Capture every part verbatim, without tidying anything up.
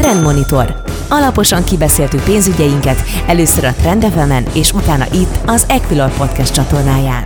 Trendmonitor. Alaposan kibeszéltük pénzügyeinket, először a Trend ef emen, és utána itt az Equilor Podcast csatornáján.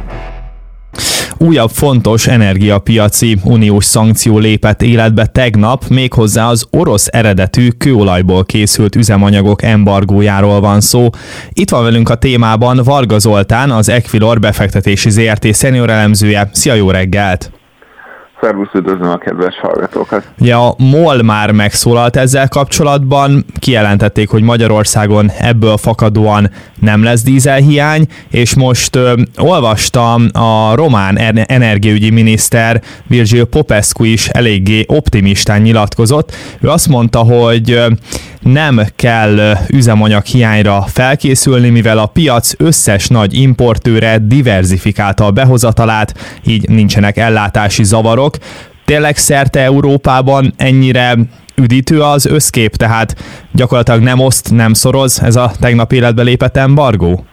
Újabb fontos energiapiaci uniós szankció lépett életbe tegnap, méghozzá az orosz eredetű kőolajból készült üzemanyagok embargójáról van szó. Itt van velünk a témában Varga Zoltán, az Equilor befektetési zé er té senior elemzője. Szia, jó reggelt! Szervusz, üdvözlöm a kedves hallgatókat! Ja, a MOL már megszólalt ezzel kapcsolatban, kijelentették, hogy Magyarországon ebből fakadóan nem lesz dízelhiány, és most ö, olvastam, a román energiaügyi miniszter Virgil Popescu is eléggé optimistán nyilatkozott. Ő azt mondta, hogy ö, nem kell üzemanyag hiányra felkészülni, mivel a piac összes nagy importőre diverzifikálta a behozatalát, így nincsenek ellátási zavarok. Tényleg szerte Európában ennyire üdítő az összkép, tehát gyakorlatilag nem oszt, nem szoroz ez a tegnap életbe lépett embargó?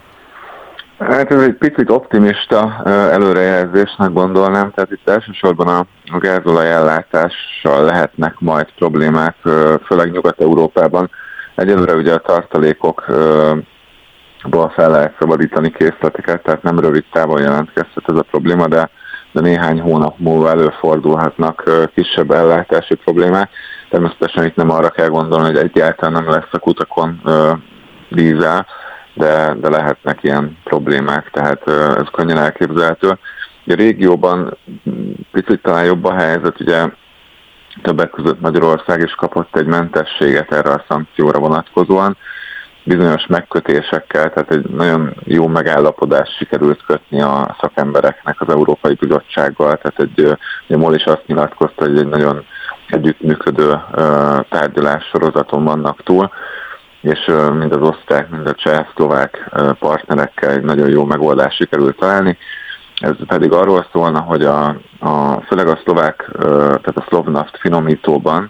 Hát ez egy picit optimista előrejelzésnek gondolnám, tehát itt elsősorban a, a gázolaj ellátással lehetnek majd problémák, főleg Nyugat-Európában. Egyelőre ugye a tartalékokból fel lehet szabadítani készleteket, tehát nem rövid távon jelentkezhet ez a probléma, de, de néhány hónap múlva előfordulhatnak kisebb ellátási problémák. Természetesen itt nem arra kell gondolni, hogy egyáltalán nem lesz a kutakon dízel, de, de lehetnek ilyen problémák, tehát ez könnyen elképzelhető. A régióban picit talán jobb a helyzet, ugye többek között Magyarország is kapott egy mentességet erre a szankcióra vonatkozóan, bizonyos megkötésekkel, tehát egy nagyon jó megállapodást sikerült kötni a szakembereknek az Európai Bizottsággal, tehát egy, ugye MOL is azt nyilatkozta, hogy egy nagyon együttműködő tárgyalás sorozaton vannak túl, és mind az osztrák, mind a cseh-szlovák partnerekkel egy nagyon jó megoldást sikerült találni. Ez pedig arról szólna, hogy a, a, főleg a szlovák, tehát a Slovnaft finomítóban,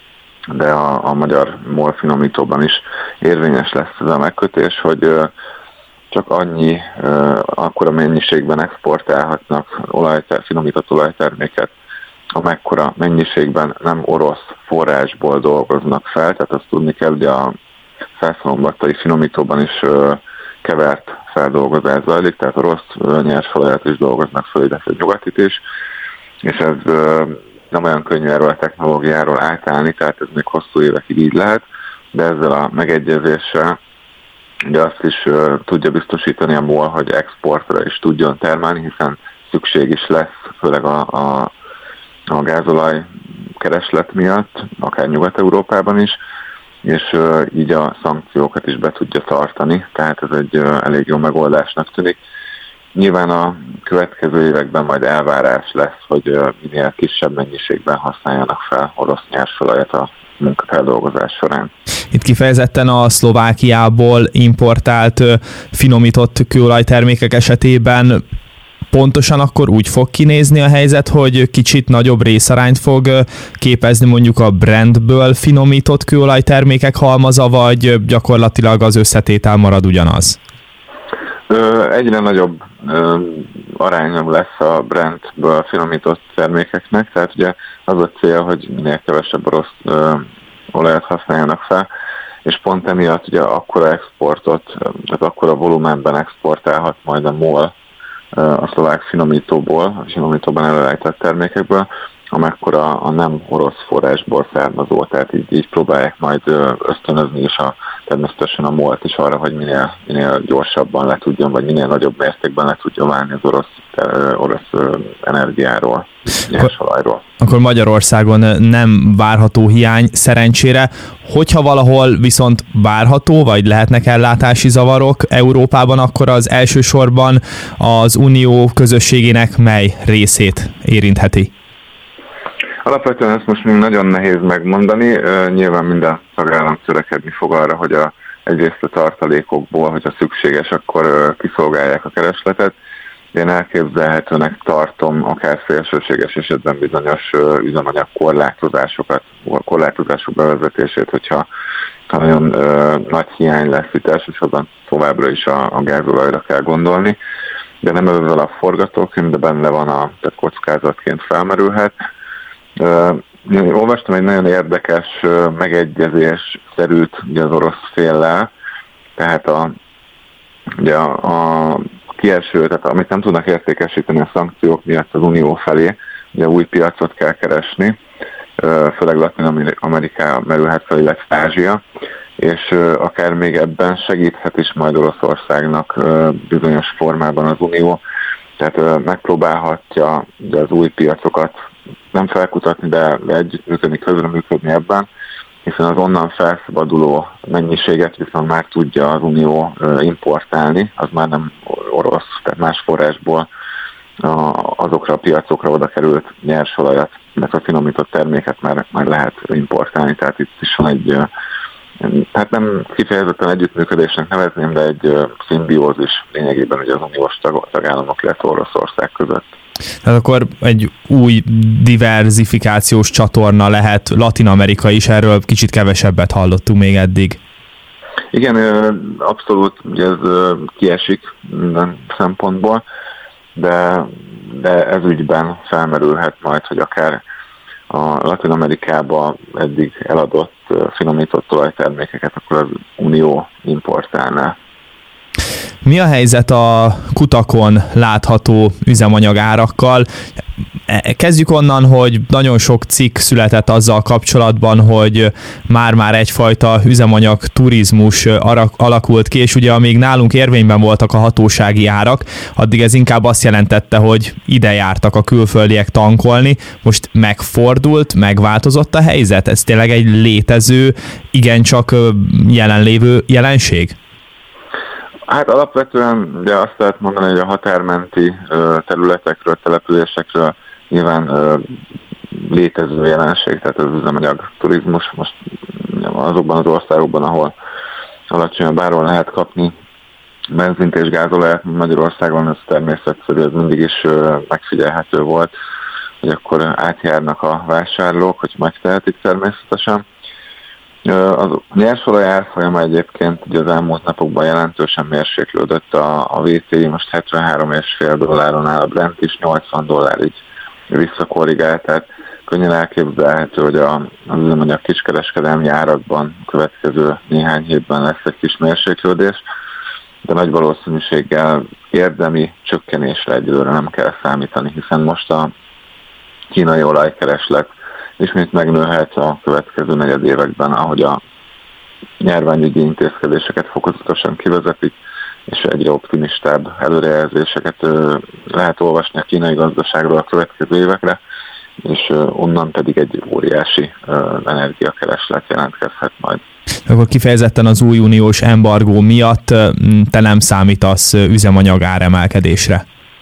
de a, a magyar MOL finomítóban is érvényes lesz ez a megkötés, hogy csak annyi, akkora mennyiségben exportálhatnak olajter, finomított olajterméket, amekkora mennyiségben nem orosz forrásból dolgoznak fel, tehát azt tudni kell, hogy a felszalombattai finomítóban is kevert feldolgozás zajlik, tehát orosz nyersfalajat is dolgoznak föl, illetve nyugatit is, és ez nem olyan könnyű erről a technológiáról átállni, tehát ez még hosszú évekig így lehet, de ezzel a megegyezéssel ugye azt is tudja biztosítani a MOL, hogy exportra is tudjon termelni, hiszen szükség is lesz, főleg a, a, a gázolaj kereslet miatt, akár Nyugat-Európában is, és uh, így a szankciókat is be tudja tartani, tehát ez egy uh, elég jó megoldásnak tűnik. Nyilván a következő években majd elvárás lesz, hogy uh, minél kisebb mennyiségben használjanak fel orosz nyersolajat a munkafeldolgozás során. Itt kifejezetten a Szlovákiából importált uh, finomított kőolajtermékek esetében pontosan akkor úgy fog kinézni a helyzet, hogy kicsit nagyobb részarányt fog képezni mondjuk a Brentből finomított kőolajtermékek halmaza, vagy gyakorlatilag az összetétel marad ugyanaz? Egyre nagyobb arányom lesz a Brentből finomított termékeknek, tehát ugye az a cél, hogy minél kevesebb orosz olajat használjanak fel, és pont emiatt ugye akkora exportot, tehát akkora volumenben exportálhat majd a MOL a szlovák finomítóból, a finomítóban előállított termékekből, amekkora a nem orosz forrásból származó, tehát így, így próbálják majd ösztönözni is a, természetesen a MOL-t is arra, hogy minél, minél gyorsabban le tudjon, vagy minél nagyobb mértékben le tudjon válni az orosz, orosz energiáról, nyersolajról. Akkor Magyarországon nem várható hiány szerencsére. Hogyha valahol viszont várható, vagy lehetnek ellátási zavarok Európában, akkor az elsősorban az unió közösségének mely részét érintheti? Alapvetően ezt most még nagyon nehéz megmondani. Nyilván minden tagállam törekedni fog arra, hogy a, egyrészt a tartalékokból, hogyha szükséges, akkor kiszolgálják a keresletet. Én elképzelhetőnek tartom akár szélsőséges esetben bizonyos üzemanyag korlátozásokat, korlátozások bevezetését, hogyha ha nagyon ö, nagy hiány lesz itt, elsősorban továbbra is a, a gázolajra kell gondolni, de nem ezzel a forgatókönyv, de benne van, a, tehát kockázatként felmerülhet. Ö, olvastam egy nagyon érdekes megegyezés szerűt ugye az orosz féllel, tehát a, ugye a, a kieső, tehát amit nem tudnak értékesíteni a szankciók miatt az Unió felé, ugye új piacot kell keresni, főleg Latin Amerika merülhet fel, illetve Ázsia, és akár még ebben segíthet is majd Oroszországnak bizonyos formában az Unió, tehát megpróbálhatja ugye az új piacokat nem felkutatni, de együttműködni, közreműködni ebben, hiszen az onnan felszabaduló mennyiséget viszont már tudja az Unió importálni, az már nem orosz, tehát más forrásból azokra a piacokra oda került nyersolajat, mert a finomított terméket már, már lehet importálni, tehát itt is van egy, hát nem kifejezetten együttműködésnek nevezném, de egy szimbiózis lényegében ugye az uniós tagállamok, illetve Oroszország között. Tehát akkor egy új diverzifikációs csatorna lehet Latin Amerika is, erről kicsit kevesebbet hallottunk még eddig. Igen, abszolút ugye ez kiesik minden szempontból, de, de ez ügyben felmerülhet majd, hogy akár a Latin Amerikába eddig eladott finomított olajtermékeket akkor az Unió importálná. Mi a helyzet a kutakon látható üzemanyagárakkal? Kezdjük onnan, hogy nagyon sok cikk született azzal kapcsolatban, hogy már-már egyfajta üzemanyag turizmus alakult ki, és ugye amíg nálunk érvényben voltak a hatósági árak, addig ez inkább azt jelentette, hogy ide jártak a külföldiek tankolni. Most megfordult, megváltozott a helyzet? Ez tényleg egy létező, igencsak jelenlévő jelenség? Hát alapvetően ugye azt lehet mondani, hogy a határmenti területekről, településekről nyilván létező jelenség, tehát az üzemanyag turizmus most azokban az országokban, ahol alacsonyabb áron lehet kapni benzint és gázolajat, Magyarországon ez természetszerű, ez mindig is megfigyelhető volt, hogy akkor átjárnak a vásárlók, hogy megtehetik természetesen. A nyersolaj árfolyama egyébként ugye az elmúlt napokban jelentősen mérséklődött, a, a vé té i most hetvenhárom egész öt dolláron áll, a Brent is nyolcvan dollárig visszakorrigált, tehát könnyen elképzelhető, hogy a, az üzemanyag kiskereskedelmi árakban a következő néhány hétben lesz egy kis mérséklődés, de nagy valószínűséggel érdemi csökkenésre egyelőre nem kell számítani, hiszen most a kínai olajkereslet ismét megnőhet a következő negyed években, ahogy a nyárványügyi intézkedéseket fokozatosan kivezetik, és egyre optimistább előrejelzéseket lehet olvasni a kínai gazdaságról a következő évekre, és onnan pedig egy óriási energiakereslet jelentkezhet majd. Akkor kifejezetten az új uniós embargó miatt te nem számítasz üzemanyag áremelkedésre?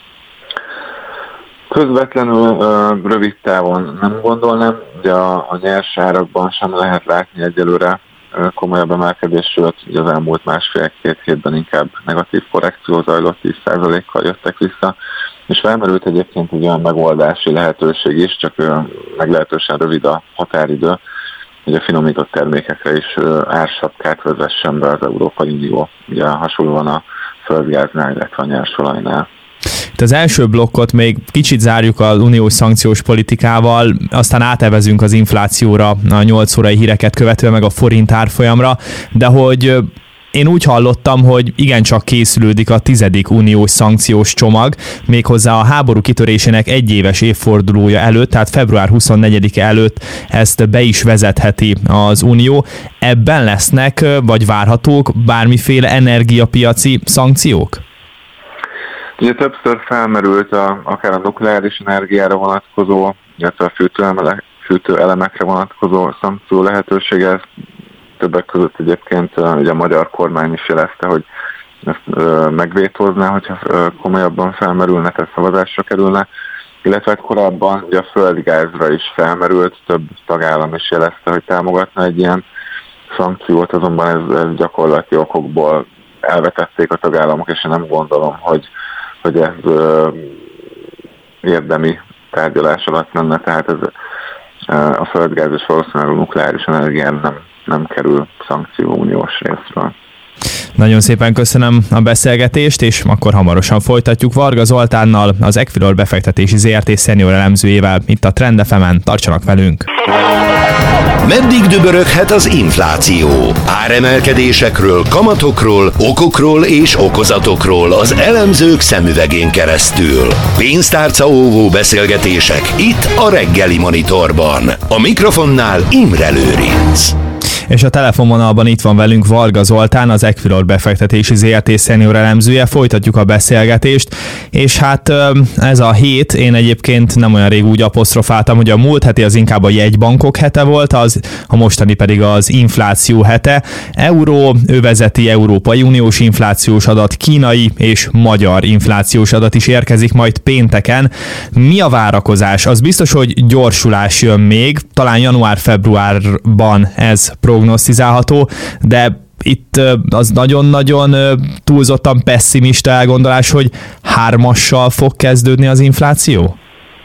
Közvetlenül rövid távon nem gondolnám, ugye a, a nyers árakban sem lehet látni egyelőre komolyabb emelkedés, sőt, ugye az elmúlt másfél-két hétben inkább negatív korrekció zajlott, tíz százalékkal jöttek vissza, és felmerült egyébként egy olyan megoldási lehetőség is, csak meglehetősen rövid a határidő, hogy a finomított termékekre is ársapkát vezessen be az Európai Unió, ugye hasonlóan a földgáznál, illetve a nyersolajnál. Itt az első blokkot még kicsit zárjuk az uniós szankciós politikával, aztán átevezünk az inflációra, a nyolc órai híreket követően, meg a forint árfolyamra, de hogy én úgy hallottam, hogy igencsak készülődik a tizedik uniós szankciós csomag, méghozzá a háború kitörésének egyéves évfordulója előtt, tehát február huszonnegyedike előtt ezt be is vezetheti az Unió. Ebben lesznek, vagy várhatók bármiféle energiapiaci szankciók? Ugye többször felmerült a, akár a nukleáris energiára vonatkozó, illetve a fűtőelemekre, fűtőelemekre vonatkozó szankció lehetősége. Ez többek között egyébként ugye a magyar kormány is jelezte, hogy ezt ö, megvétózná, hogyha ö, komolyabban felmerülne, tehát szavazásra kerülne. Illetve hát korábban ugye a földgázra is felmerült, több tagállam is jelezte, hogy támogatna egy ilyen szankciót, azonban ez, ez gyakorlati okokból elvetették a tagállamok, és én nem gondolom, hogy hogy ez ö, érdemi tárgyalás alatt menne, tehát ez ö, a földgáz és valószínűleg a nukleáris energiára nem, nem kerül szankció uniós részről. Nagyon szépen köszönöm a beszélgetést, és akkor hamarosan folytatjuk Varga Zoltánnal, az Equilor befektetési zé er té szenior elemzőjével itt a Trend ef emen. Tartsanak velünk! Meddig düböröghet az infláció? Áremelkedésekről, kamatokról, okokról és okozatokról az elemzők szemüvegén keresztül. Pénztárca óvó beszélgetések itt a Reggeli Monitorban. A mikrofonnál Imre Lőrinc. És a telefonvonalban itt van velünk Varga Zoltán, az Equilor befektetési zé er té szenior elemzője. Folytatjuk a beszélgetést, és hát ez a hét, én egyébként nem olyan rég úgy apostrofáltam, hogy a múlt heti az inkább a jegybankok hete volt, az, a mostani pedig az infláció hete. Euró, övezeti Európai Uniós inflációs adat, kínai és magyar inflációs adat is érkezik majd pénteken. Mi a várakozás? Az biztos, hogy gyorsulás jön még, talán január-februárban ez prognosztizálható, de itt az nagyon-nagyon túlzottan pesszimista elgondolás, hogy hármassal fog kezdődni az infláció?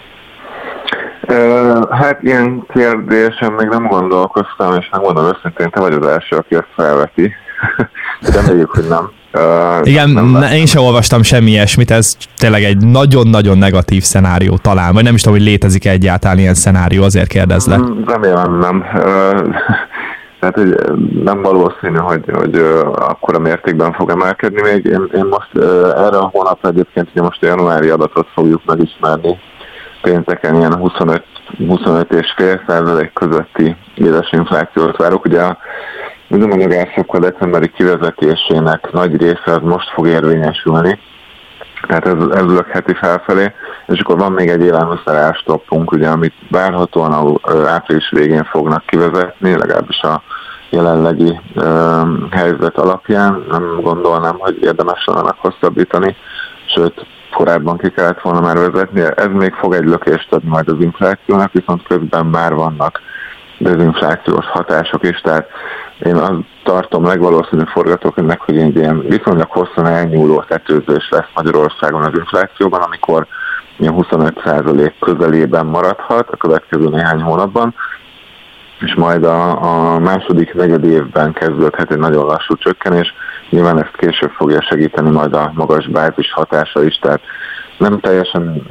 Hát ilyen kérdésen még nem gondolkoztam, és megmondom őszintén, te vagy az első, aki ezt felveti. De reméljük, hogy nem. Uh, Igen, nem ne, én sem olvastam semmi ilyesmit, ez tényleg egy nagyon-nagyon negatív szenárió talán, vagy nem is tudom, hogy létezik egyáltalán ilyen szenárió, azért kérdezlek. Remélem nem. Uh, tehát hogy nem valószínű, hogy, hogy uh, akkora mértékben fog emelkedni még. Én, én most uh, erre a hónapra egyébként ugye most a januári adatot fogjuk megismerni. Pénteken ilyen huszonöt, huszonöt egész öt százalék közötti éves inflációt várok. Ugye a üzemanyagársak a decemberi kivezetésének nagy része az most fog érvényesülni, tehát ez, ez lökheti felfelé, és akkor van még egy élelmiszer árstoppunk, ugye, amit várhatóan április végén fognak kivezetni, legalábbis a jelenlegi ö, helyzet alapján. Nem gondolnám, hogy érdemes lenne meghosszabbítani, sőt, korábban ki kellett volna már vezetni. Ez még fog egy lökést adni majd az inflációnak, viszont közben már vannak dezinflációs hatások is, tehát én azt tartom legvalószínűbb forgatókönyvnek, hogy egy ilyen viszonylag hosszan elnyúló tetőzés lesz Magyarországon az inflációban, amikor ilyen huszonöt százalék közelében maradhat a következő néhány hónapban, és majd a, a második negyed évben kezdődhet egy nagyon lassú csökkenés. Nyilván ezt később fogja segíteni majd a magas bázis hatása is, tehát nem teljesen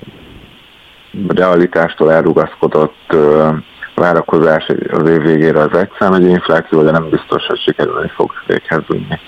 realitástól elrugaszkodott várakozás az év végére az egyszámegyű infláció, de nem biztos, hogy sikerülni fog véghez vinni.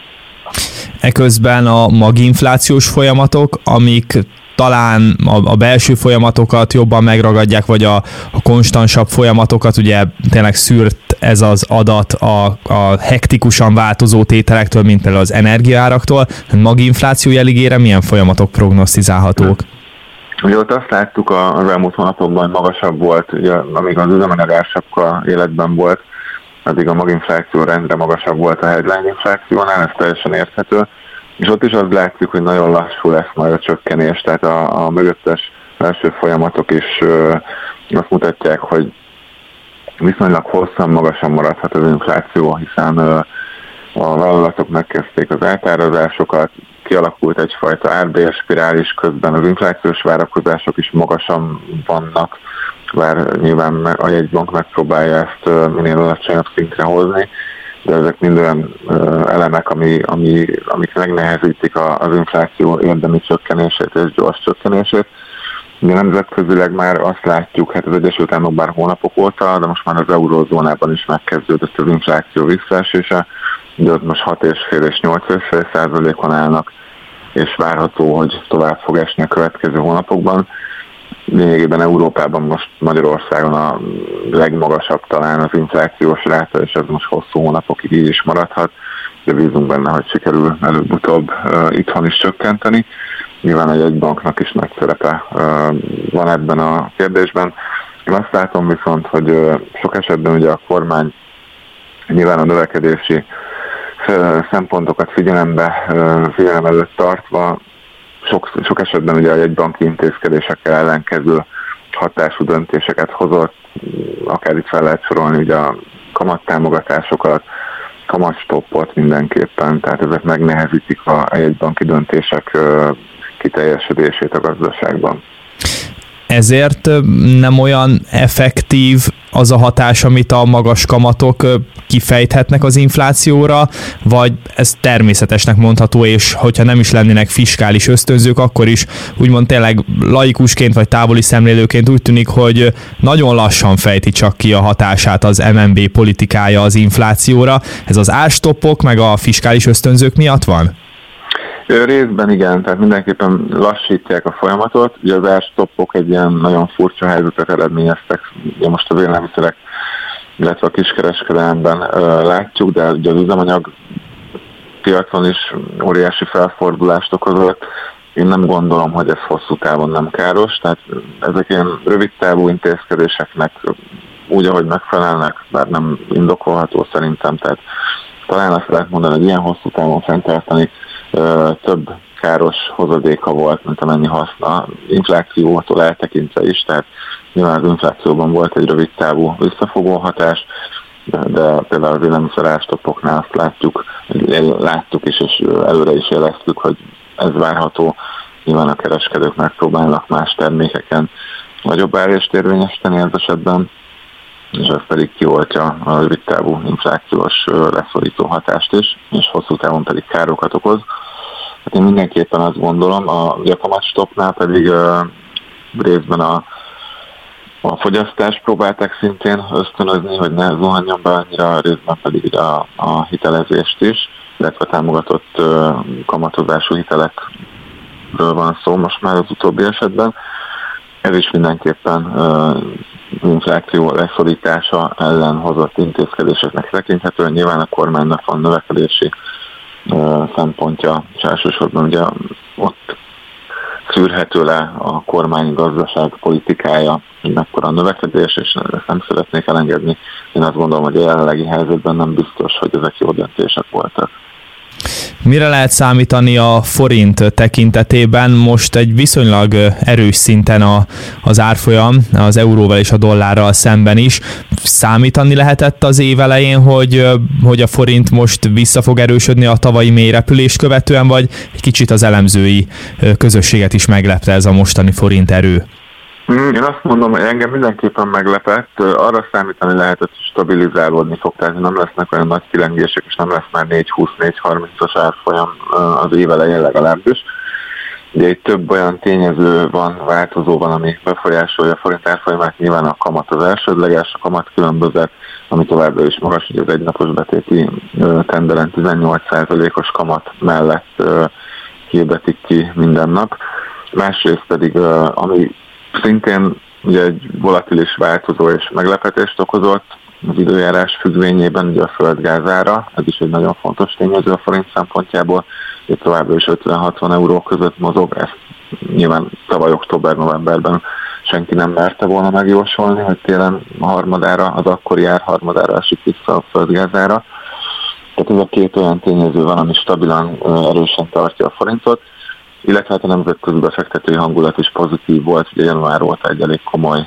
Eközben a maginflációs folyamatok, amik talán a, a belső folyamatokat jobban megragadják, vagy a, a konstansabb folyamatokat, ugye tényleg szűrt ez az adat a, a hektikusan változó tételektől, mint például az energiaáraktól. Maginfláció jeligére milyen folyamatok prognosztizálhatók? Ugye ott azt láttuk az elmúlt hónapokban, hogy magasabb volt, ugye, amíg az üzemanyagársapka életben volt, addig a maginfláció rendre magasabb volt a headline inflációnál, ez teljesen érthető, és ott is az látszik, hogy nagyon lassú lesz majd a csökkenés, tehát a, a mögöttes első folyamatok is ö, azt mutatják, hogy viszonylag hosszan magasan maradhat az infláció, hiszen ö, a vállalatok megkezdték az átárazásokat, kialakult egyfajta árbér spirális, közben az inflációs várakozások is magasan vannak, bár nyilván a jegybank megpróbálja ezt minél alacsonyabb szintre hozni, de ezek mind olyan elemek, ami, ami, amik megnehezítik az infláció érdemi csökkenését és gyors csökkenését. De nemzetközileg már azt látjuk, hát az Egyesült Államok bár hónapok óta, de most már az eurózónában is megkezdődött az infláció visszaesése, de ott most hat egész öt és nyolc egész öt százalékon állnak, és várható, hogy tovább fog esni a következő hónapokban. Lényegében Európában most Magyarországon a legmagasabb talán az inflációs ráta, és ez most hosszú hónapokig így is maradhat, de bízunk benne, hogy sikerül előbb-utóbb uh, itthon is csökkenteni. Nyilván a jegybanknak is nagy szerepe uh, van ebben a kérdésben. Én azt látom viszont, hogy uh, sok esetben ugye a kormány nyilván a növekedési szempontokat figyelembe, figyelem előtt tartva, sok, sok esetben ugye a jegybanki intézkedésekkel ellenkező hatású döntéseket hozott, akár itt fel lehet sorolni ugye a kamattámogatásokat, kamatstoppot mindenképpen, tehát ezek megnehezítik a jegybanki döntések kiteljesedését a gazdaságban. ezért nem olyan effektív az a hatás, amit a magas kamatok kifejthetnek az inflációra, vagy ez természetesnek mondható, és hogyha nem is lennének fiskális ösztönzők, akkor is úgymond tényleg laikusként vagy távoli szemlélőként úgy tűnik, hogy nagyon lassan fejti csak ki a hatását az em en bé politikája az inflációra. Ez az árstoppok meg a fiskális ösztönzők miatt van? Részben igen, tehát mindenképpen lassítják a folyamatot. Ugye az árstoppok egy ilyen nagyon furcsa helyzetet eredményeztek. Ugye most az élelmiszerek, illetve a kiskereskedelemben uh, látjuk, de ugye az üzemanyag piacon is óriási felfordulást okozott. Én nem gondolom, hogy ez hosszú távon nem káros, tehát ezek ilyen rövid távú intézkedéseknek úgy, ahogy megfelelnek, bár nem indokolható szerintem, tehát talán azt lehet mondani, hogy ilyen hosszú távon fenntartani több káros hozadéka volt, mint amennyi haszna. Inflációtól eltekintve is, tehát nyilván az inflációban volt egy rövid távú visszafogó hatás, de, de például az élelmiszer árstoppoknál azt látjuk, láttuk is, és előre is jeleztük, hogy ez várható. Nyilván a kereskedők megpróbálnak más termékeken nagyobb árést érvényesíteni ez esetben, és ez pedig kioltja a rövid távú inflációs leszorító hatást is, és hosszú távon pedig károkat okoz. Hát én mindenképpen azt gondolom, a kamatstoppnál pedig uh, részben a, a fogyasztást próbálták szintén ösztönözni, hogy ne zuhanjon be annyira, részben pedig a, a hitelezést is, illetve támogatott uh, kamatozású hitelekről van szó most már az utóbbi esetben. Ez is mindenképpen uh, infláció leszorítása ellen hozott intézkedéseknek tekinthetően. Nyilván a kormánynak van növekedési uh, szempontja, és elsősorban ugye ott szűrhető le a kormány gazdaság politikája, hogy mekkora a növekedés, és ezt nem szeretnék elengedni. Én azt gondolom, hogy a jelenlegi helyzetben nem biztos, hogy ezek jó döntések voltak. Mire lehet számítani a forint tekintetében? Most egy viszonylag erős szinten a, az árfolyam, az euróval és a dollárral szemben is. Számítani lehetett az év elején, hogy, hogy a forint most vissza fog erősödni a tavalyi mélyrepülést követően, vagy egy kicsit az elemzői közösséget is meglepte ez a mostani forint erő? Én azt mondom, hogy engem mindenképpen meglepett, arra számítani lehetett, hogy stabilizálódni fog, tehát nem lesznek olyan nagy kilengések, és nem lesz már négy húsz négy harmincas árfolyam az év elején legalábbis. Ugye itt több olyan tényező van, változó van, ami befolyásolja a forint árfolyamát, nyilván a kamat az elsődleges, a kamat különbözet, ami továbbra is magas, ugye az egynapos betéti tenderen tizennyolc százalékos kamat mellett hirdetik ki minden nap. Másrészt pedig, ami szintén ugye egy volatilis változó és meglepetést okozott az időjárás függvényében, ugye a földgázára, ez is egy nagyon fontos tényező a forint szempontjából, hogy továbbra is ötven-hatvan euró között mozog, ezt nyilván tavaly október-novemberben senki nem merte volna megjósolni, hogy télen a harmadára, az akkori ár harmadára esik vissza a földgázára. Tehát ez a két olyan tényező van, ami stabilan, erősen tartja a forintot, illetve hát a nemzetközi befektetői hangulat is pozitív volt, ugye január óta egy elég komoly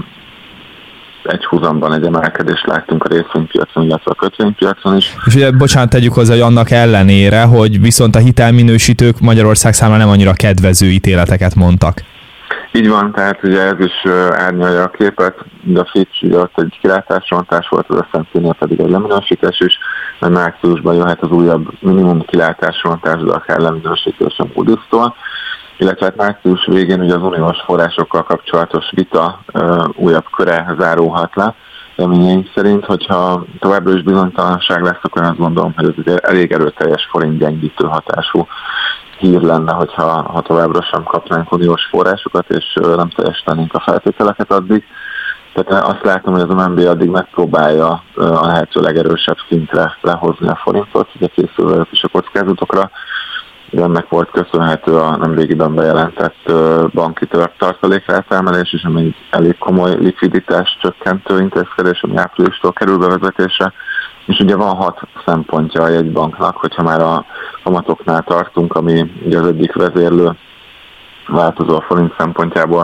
egy húzamban egy emelkedést láttunk a részvénypiacon, illetve a kötvénypiacon is. És ugye, bocsánat, tegyük hozzá, hogy annak ellenére, hogy viszont a hitelminősítők Magyarország számára nem annyira kedvező ítéleteket mondtak. Így van, tehát ugye ez is árnyalja a képet, de a Fitch ugye ott egy kilátásrontás volt, az es and pé-nél pedig egy leminősítés is, mert márciusban jöhet az újabb minimum kilátásrontás, de akár leminősítés a Moody's-tól, illetve hát március végén ugye az uniós forrásokkal kapcsolatos vita uh, újabb köre záródhat le. Reményeink szerint, hogyha továbbra is bizonytalanság lesz, akkor azt gondolom, hogy ez egy elég erőteljes forint gyengítő hatású hír lenne, hogyha ha továbbra sem kapnánk uniós forrásokat, és nem teljesítenénk a feltételeket addig. Tehát azt látom, hogy az em en bé addig megpróbálja a lehető legerősebb szintre lehozni a forintot, ugye készül is a kockázatokra. Ennek volt köszönhető a nemrégiben bejelentett banki tartalékrátemelés is, ami egy elég komoly likviditás csökkentő intézkedés, ami áprilistól kerül bevezetésre. És ugye van hat szempontja a jegybanknak, hogyha már a kamatoknál tartunk, ami ugye az egyik vezérlő változó a forint szempontjából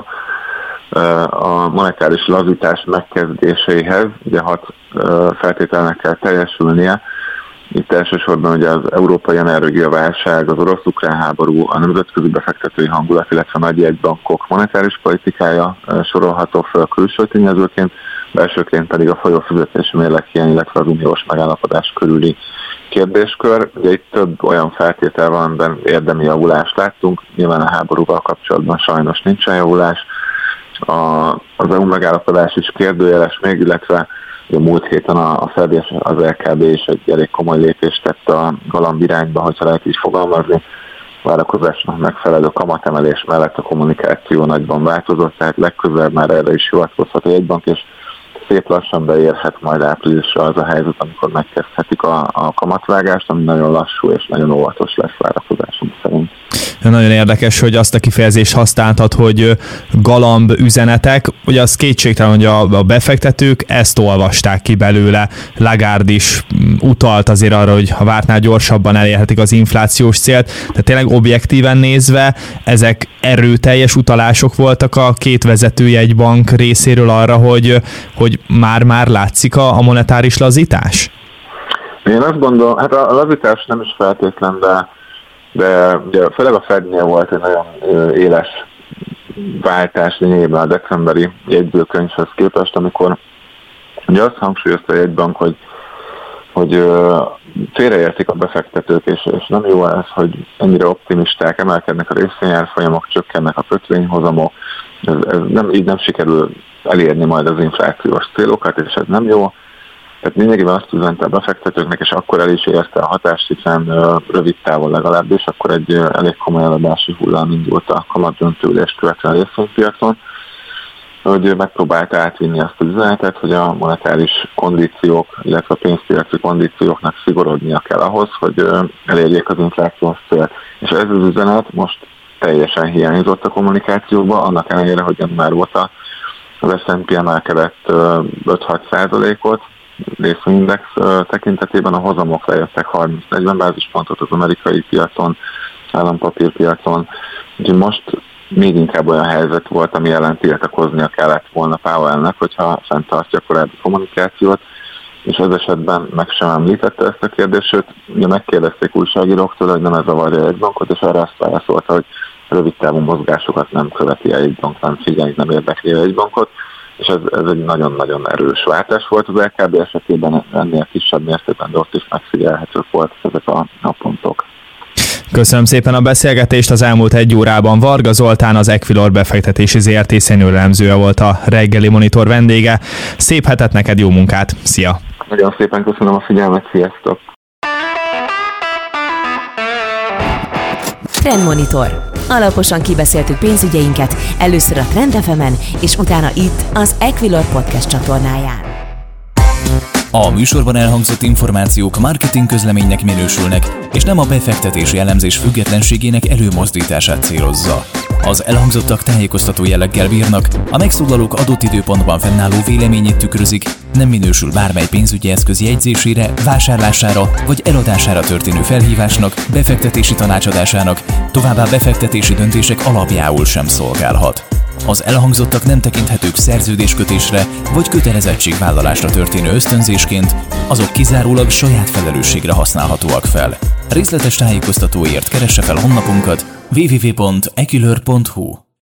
a monetáris lazítás megkezdéséhez, ugye hat feltételnek kell teljesülnie. Itt elsősorban ugye az európai energiaválság, az orosz-ukrán háború, a nemzetközi befektetői hangulat, illetve nagy jegybankok monetáris politikája sorolható fel külső tényezőként, belsőként pedig a folyófizetési mérleghiány, illetve az uniós megállapodás körüli kérdéskör. Ugye itt több olyan feltétel van, amiben érdemi javulást láttunk, nyilván a háborúval kapcsolatban sajnos nincsen javulás. A, az é u megállapodás is kérdőjeles még, illetve a múlt héten a, a Fed és az el ká bé is egy elég komoly lépést tett a galamb irányba, hogyha lehet így fogalmazni. Várakozásnak megfelelő kamatemelés mellett a kommunikáció nagyban változott, tehát legközelebb már erre is hivatkozhat a jegybank, és szép lassan beérhet majd áprilisra az a helyzet, amikor megkezdhetik a, a kamatvágást, ami nagyon lassú és nagyon óvatos lesz várakozásom szerint. Nagyon érdekes, hogy azt a kifejezést használtad, hogy galamb üzenetek. Ugye az kétségtelen, hogy a befektetők ezt olvasták ki belőle. Lagarde is utalt azért arra, hogy ha vártnál gyorsabban elérhetik az inflációs célt. Tehát tényleg objektíven nézve ezek erőteljes utalások voltak a két vezető jegybank részéről arra, hogy, hogy már-már látszik a, a monetáris lazítás? Én azt gondolom, hát a lazítás nem is feltétlen, de de ugye főleg a Fednél volt egy nagyon éles váltás lényegében a decemberi jegyzőkönyvhöz képest, amikor ugye azt hangsúlyozta a jegybank, hogy, hogy félreértik a befektetők, és, és nem jó ez, hogy ennyire optimisták, emelkednek a részvényárfolyamok, csökkennek a kötvényhozamok, ez, ez nem, így nem sikerül elérni majd az inflációs célokat, és ez nem jó. Tehát lényegében azt üzente a befektetőknek, és akkor el is érte a hatást, hiszen rövid távon legalábbis, akkor egy elég komoly eladási hullám indult a kamatdöntőülést követően a részvénypiacon, hogy megpróbálta átvinni azt az üzenetet, hogy a monetáris kondíciók, illetve a pénzpiaci kondícióknak szigorodnia kell ahhoz, hogy elérjék az inflációs célt. És ez az üzenet most teljesen hiányzott a kommunikációban, annak ellenére, hogy már volt az es and pé emelkedett öt-hat százalékot, részvényindex tekintetében, a hozamok lejöttek harminc-negyven bázispontot az amerikai piacon, állampapírpiacon, úgyhogy most még inkább olyan helyzet volt, ami ellen tiltakoznia kellett volna Powellnek, hogyha fenntartja a korábbi kommunikációt, és ez esetben meg sem említette ezt a kérdést, sőt, ugye megkérdezték újságíróktól, hogy nem ez zavarja a jegybankot, és arra azt válaszolta, hogy rövid távú mozgásokat nem követi a jegybank, nem figyelj, nem érdekli a jegybankot, és ez, ez egy nagyon-nagyon erős váltás volt az el ká bé esetében, ennél kisebb mértékben, de ott is megfigyelhetők voltak ezek a, a pontok. Köszönöm szépen a beszélgetést, az elmúlt egy órában Varga Zoltán, az Equilor befektetési zé er té senior elemzője volt a reggeli monitor vendége. Szép hetet neked, jó munkát, szia! Nagyon szépen köszönöm a figyelmet, sziasztok! Trendmonitor. Alaposan kibeszéltük pénzügyeinket, először a Trend ef emen, és utána itt, az Equilor Podcast csatornáján. A műsorban elhangzott információk marketing közleménynek minősülnek, és nem a befektetési elemzés függetlenségének előmozdítását célozza. Az elhangzottak tájékoztató jelleggel bírnak, a megszólalók adott időpontban fennálló véleményét tükrözik, nem minősül bármely pénzügyi eszköz jegyzésére, vásárlására vagy eladására történő felhívásnak, befektetési tanácsadásának, továbbá befektetési döntések alapjául sem szolgálhat. Az elhangzottak nem tekinthetők szerződéskötésre vagy kötelezettségvállalásra történő ösztönzésként, azok kizárólag saját felelősségre használhatóak fel. Részletes tájékoztatóért keresse fel honlapunkat double-u double-u double-u pont equilor pont hu.